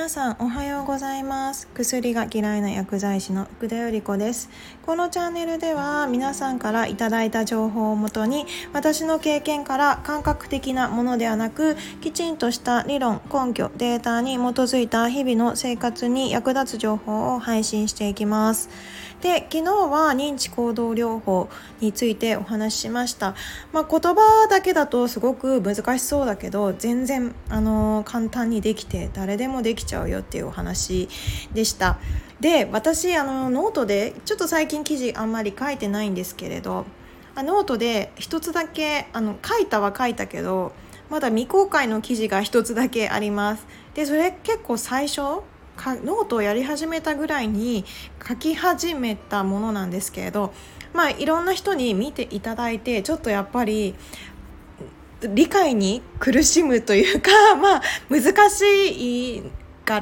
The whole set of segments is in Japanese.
皆さんおはようございます。薬が嫌いな薬剤師の福田より子です。このチャンネルでは皆さんからいただいた情報をもとに、私の経験から感覚的なものではなく、きちんとした理論、根拠、データに基づいた日々の生活に役立つ情報を配信していきます。で、昨日は認知行動療法についてお話ししました。言葉だけだとすごく難しそうだけど、全然簡単にできて誰でもできちゃうよっていうお話でした。で、私ノートでちょっと最近記事あんまり書いてないんですけれど、ノートで一つだけ書いたけど、まだ未公開の記事が一つだけあります。で、それ結構最初ノートをやり始めたぐらいに書き始めたものなんですけれど、いろんな人に見ていただいて、ちょっとやっぱり理解に苦しむというか、難しいから、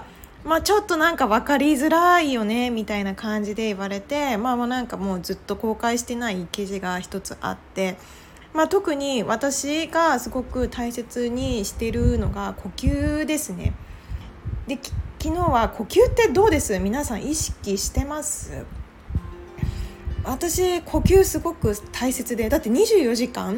ちょっとなんか分かりづらいよねみたいな感じで言われて、なんかもうずっと公開してない記事が一つあって、特に私がすごく大切にしているのが呼吸ですね。で、昨日は呼吸ってどうです？皆さん意識してます？私呼吸すごく大切で、だって24時間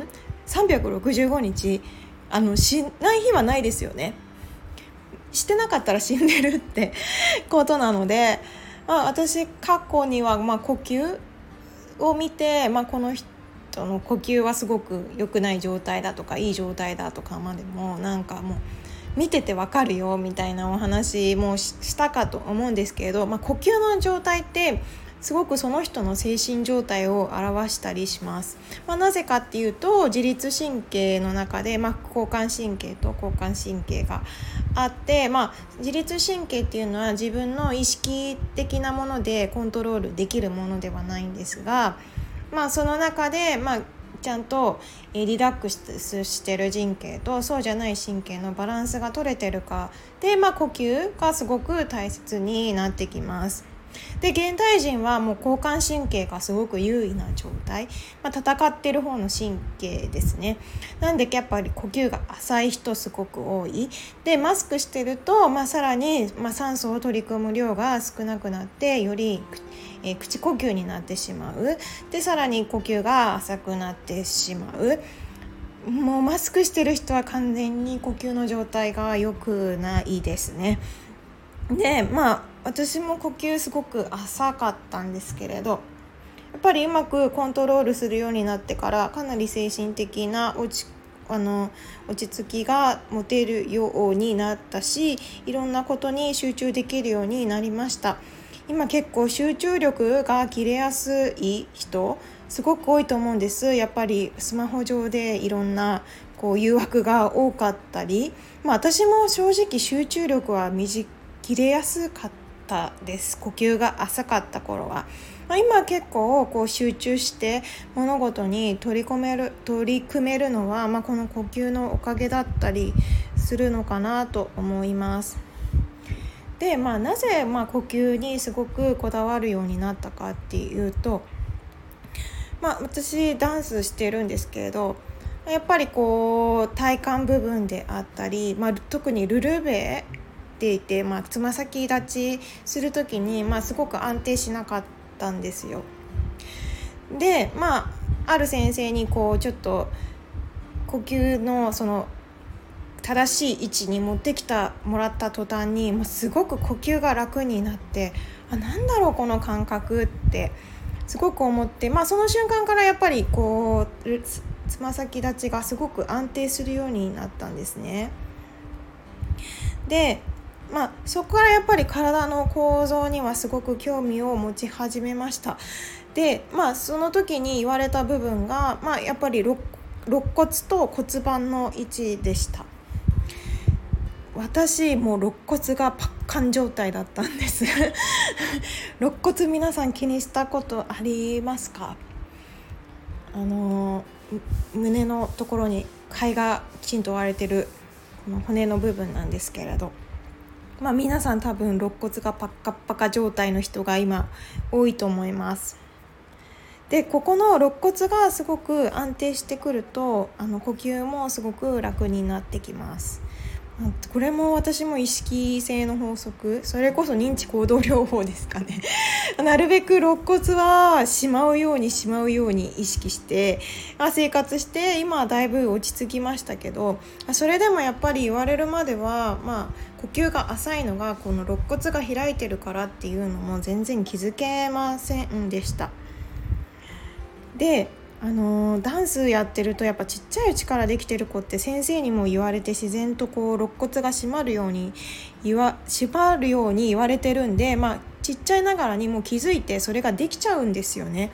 365日しない日はないですよね。してなかったら死んでるってことなので、私過去には呼吸を見て、この人の呼吸はすごく良くない状態だとかいい状態だとかまでもなんかもう見ててわかるよみたいなお話もしたかと思うんですけれど、呼吸の状態ってすごくその人の精神状態を表したりします。なぜかっていうと、自律神経の中で、副交感神経と交感神経があって、自律神経っていうのは自分の意識的なものでコントロールできるものではないんですが、その中で、ちゃんとリラックスしてる神経とそうじゃない神経のバランスが取れてるかで、呼吸がすごく大切になってきます。で、現代人はもう交感神経がすごく優位な状態、戦ってる方の神経ですね。なんでやっぱり呼吸が浅い人すごく多い。で、マスクしてると、さらに、酸素を取り込む量が少なくなってより口呼吸になってしまう。で、さらに呼吸が浅くなってしまう。もうマスクしてる人は完全に呼吸の状態が良くないですね。で、私も呼吸すごく浅かったんですけれど、やっぱりうまくコントロールするようになってからかなり精神的な落ち着きが持てるようになったし、いろんなことに集中できるようになりました。今結構集中力が切れやすい人すごく多いと思うんです。やっぱりスマホ上でいろんな誘惑が多かったり、私も正直集中力は切れやすかったです。呼吸が浅かった頃は。今結構集中して物事に取り組めるのは、この呼吸のおかげだったりするのかなと思います。で、なぜ呼吸にすごくこだわるようになったかっていうと、私ダンスしてるんですけれど、やっぱり体幹部分であったり、特にルルベっていて、つま先立ちするときに、すごく安定しなかったんですよ。で、ある先生にちょっと呼吸のその正しい位置に持ってきたもらった途端に、すごく呼吸が楽になって、なんだろうこの感覚ってすごく思って、その瞬間からやっぱりつま先立ちがすごく安定するようになったんですね。で、そこからやっぱり体の構造にはすごく興味を持ち始めました。で、その時に言われた部分が、やっぱり肋骨と骨盤の位置でした。私もう肋骨がパッカン状態だったんです肋骨皆さん気にしたことありますか？胸のところに肺がきちんと割れてるこの骨の部分なんですけれど、皆さん多分肋骨がパッカッパカ状態の人が今多いと思います。で、ここの肋骨がすごく安定してくると呼吸もすごく楽になってきます。 これも私も意識性の法則、それこそ認知行動療法ですかねなるべく肋骨はしまうように意識して生活して、今はだいぶ落ち着きましたけど、それでもやっぱり言われるまでは、呼吸が浅いのがこの肋骨が開いてるからっていうのも全然気づけませんでした。でダンスやってるとやっぱちっちゃいうちからできてる子って先生にも言われて、自然とこう肋骨が締まるように言われてるんで、ちっちゃいながらにもう気づいてそれができちゃうんですよね。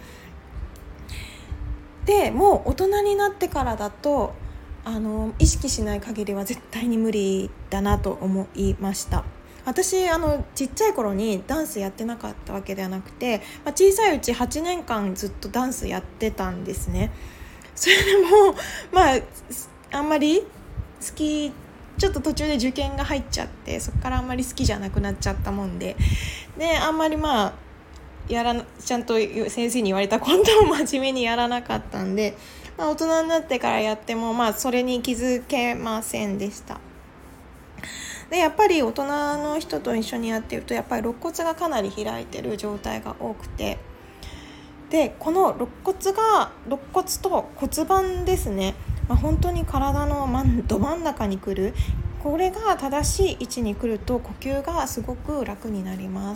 でもう大人になってからだと意識しない限りは絶対に無理だなと思いました。私ちっちゃい頃にダンスやってなかったわけではなくて、小さいうち8年間ずっとダンスやってたんですね。それでもあんまり好き、ちょっと途中で受験が入っちゃって、そこからあんまり好きじゃなくなっちゃったもんで、あんまりちゃんと先生に言われたことを真面目にやらなかったんで、大人になってからやってもそれに気づけませんでした。でやっぱり大人の人と一緒にやっていると、やっぱり肋骨がかなり開いてる状態が多くて、でこの肋骨と骨盤ですね、本当に体のど真ん中に来る、これが正しい位置に来ると呼吸がすごく楽になります。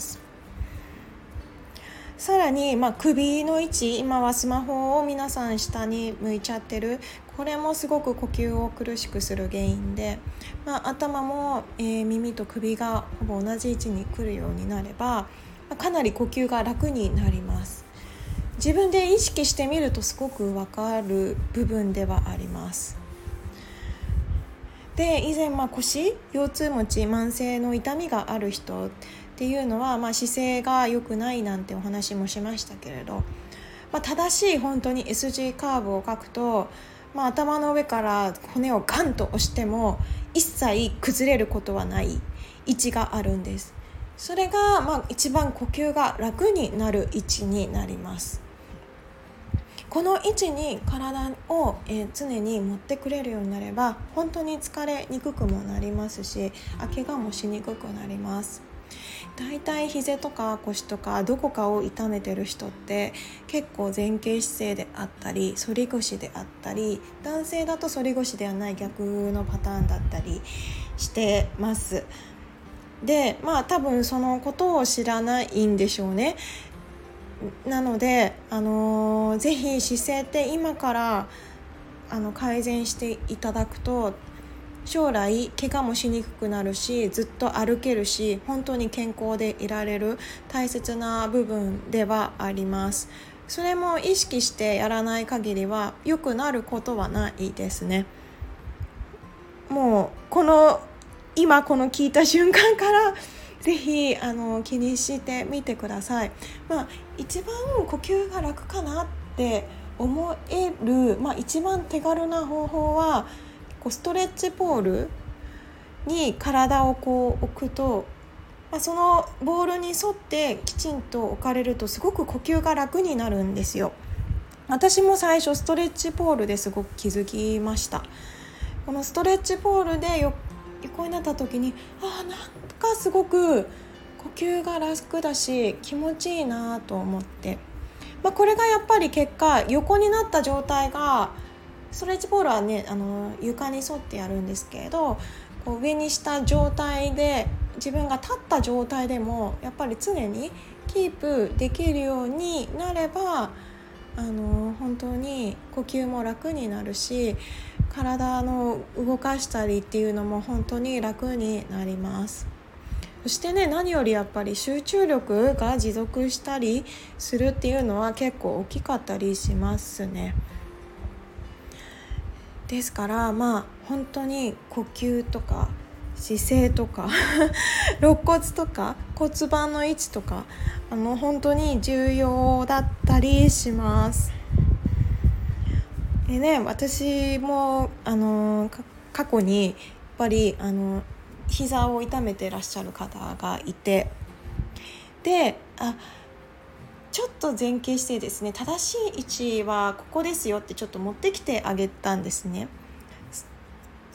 さらに、首の位置、今はスマホを皆さん下に向いちゃってる、これもすごく呼吸を苦しくする原因で、頭も、耳と首がほぼ同じ位置に来るようになれば、かなり呼吸が楽になります。自分で意識してみるとすごく分かる部分ではあります。で以前、腰痛持ち慢性の痛みがある人っていうのは、姿勢が良くないなんてお話もしましたけれど、正しい本当に S 字カーブを描くと、頭の上から骨をガンと押しても一切崩れることはない位置があるんです。それが、一番呼吸が楽になる位置になります。この位置に体を、常に持ってくれるようになれば、本当に疲れにくくもなりますし、怪我もしにくくなります。だいたい膝とか腰とかどこかを痛めてる人って結構前傾姿勢であったり反り腰であったり、男性だと反り腰ではない逆のパターンだったりしてます。で多分そのことを知らないんでしょうね。なので、ぜひ姿勢って今から改善していただくと、将来怪我もしにくくなるし、ずっと歩けるし、本当に健康でいられる大切な部分ではあります。それも意識してやらない限りは良くなることはないですね。もう今この聞いた瞬間からぜひ気にしてみてください。一番呼吸が楽かなって思える、一番手軽な方法はストレッチポールに体を置くと、そのボールに沿ってきちんと置かれるとすごく呼吸が楽になるんですよ。私も最初ストレッチポールですごく気づきました。このストレッチポールで横になった時になんかすごく呼吸が楽だし気持ちいいなと思って、これがやっぱり結果横になった状態が、ストレッチポールはね床に沿ってやるんですけれど、上にした状態で自分が立った状態でもやっぱり常にキープできるようになれば本当に呼吸も楽になるし、体の動かしたりっていうのも本当に楽になります。そしてね、何よりやっぱり集中力が持続したりするっていうのは結構大きかったりしますね。ですから本当に呼吸とか姿勢とか肋骨とか骨盤の位置とか本当に重要だったりします。でね、私も過去にやっぱり膝を痛めてらっしゃる方がいて、でちょっと前傾姿勢ですね、正しい位置はここですよってちょっと持ってきてあげたんですね。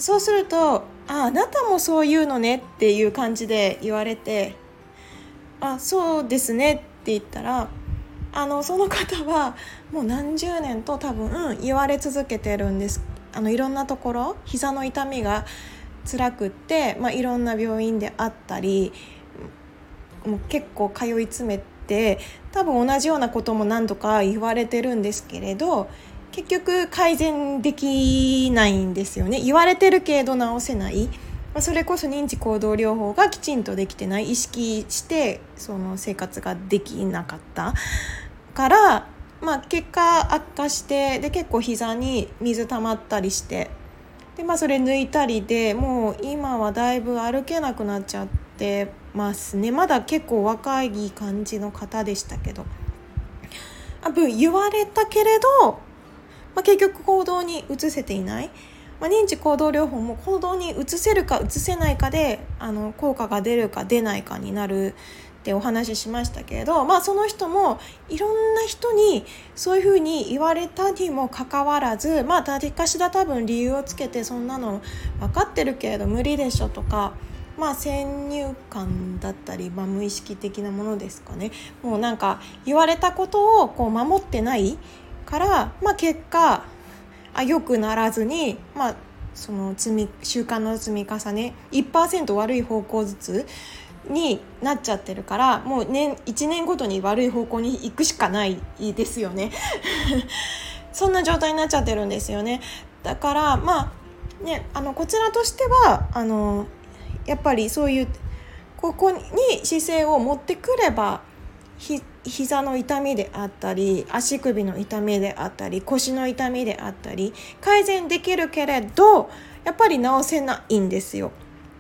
そうするとあなたもそう言うのねっていう感じで言われて、そうですねって言ったら、その方はもう何十年と多分、言われ続けてるんです。いろんなところ膝の痛みが辛くって、いろんな病院であったりもう結構通い詰めて、多分同じようなことも何度か言われてるんですけれど、結局改善できないんですよね。言われてるけど治せない、それこそ認知行動療法がきちんとできてない、意識してその生活ができなかったから、結果悪化して、で結構膝に水溜まったりして、でそれ抜いたりでもう今はだいぶ歩けなくなっちゃってますね。まだ結構若い感じの方でしたけど、言われたけれど、結局行動に移せていない、認知行動療法も行動に移せるか移せないかで効果が出るか出ないかになるってお話ししましたけれど、その人もいろんな人にそういうふうに言われたにもかかわらず、誰かしら多分理由をつけて、そんなの分かってるけれど無理でしょとか、先入観だったり、無意識的なものですかね。もうなんか言われたことをこう守ってないから、結果良くならずに、その習慣の積み重ね 1% 悪い方向ずつになっちゃってるから、もう1年ごとに悪い方向に行くしかないですよねそんな状態になっちゃってるんですよね。だからこちらとしてはやっぱりそういうここに姿勢を持ってくれば、膝の痛みであったり足首の痛みであったり腰の痛みであったり改善できるけれど、やっぱり治せないんですよ。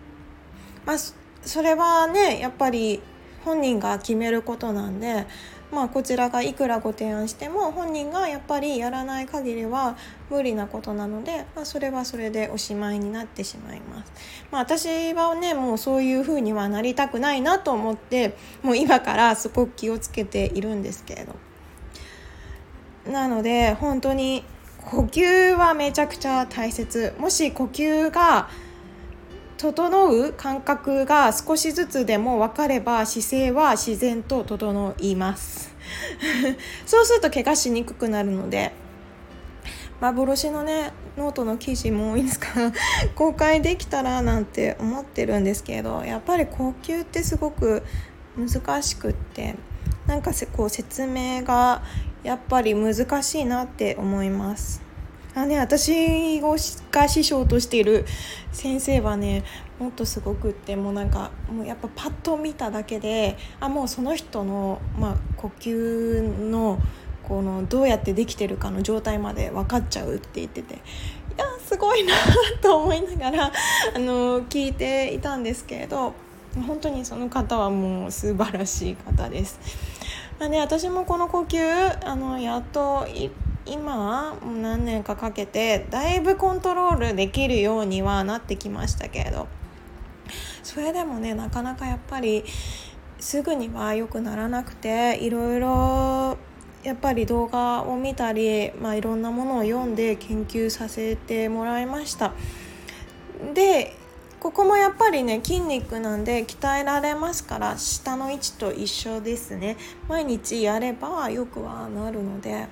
それはね、やっぱり本人が決めることなんで、こちらがいくらご提案しても本人がやっぱりやらない限りは無理なことなので、それはそれでおしまいになってしまいます。私はね、もうそういう風にはなりたくないなと思って、もう今からすごく気をつけているんですけれど、なので本当に呼吸はめちゃくちゃ大切。もし呼吸が整う感覚が少しずつでも分かれば、姿勢は自然と整いますそうすると怪我しにくくなるので、幻のねノートの記事もいつか公開できたらなんて思ってるんですけど、やっぱり呼吸ってすごく難しくって、なんかこう説明がやっぱり難しいなって思います。私が師匠としている先生はね、もっとすごくって、もうやっぱパッと見ただけでもうその人の、呼吸のこのどうやってできてるかの状態まで分かっちゃうって言ってて、いやすごいなと思いながら聞いていたんですけれど、本当にその方はもう素晴らしい方です。私もこの呼吸やっと今何年かかけてだいぶコントロールできるようにはなってきましたけれど、それでもねなかなかやっぱりすぐには良くならなくて、いろいろやっぱり動画を見たり、いろんなものを読んで研究させてもらいました。でここもやっぱりね筋肉なんで鍛えられますから、下の位置と一緒ですね。毎日やればよくはなるので、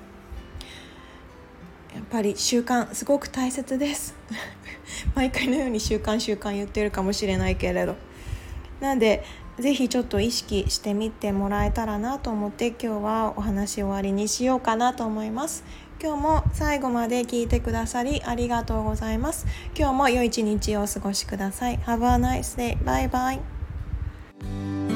やっぱり習慣すごく大切です毎回のように習慣言ってるかもしれないけれど、なんでぜひちょっと意識してみてもらえたらなと思って、今日はお話終わりにしようかなと思います。今日も最後まで聞いてくださりありがとうございます。今日も良い一日をお過ごしください。Have a nice day. Bye bye.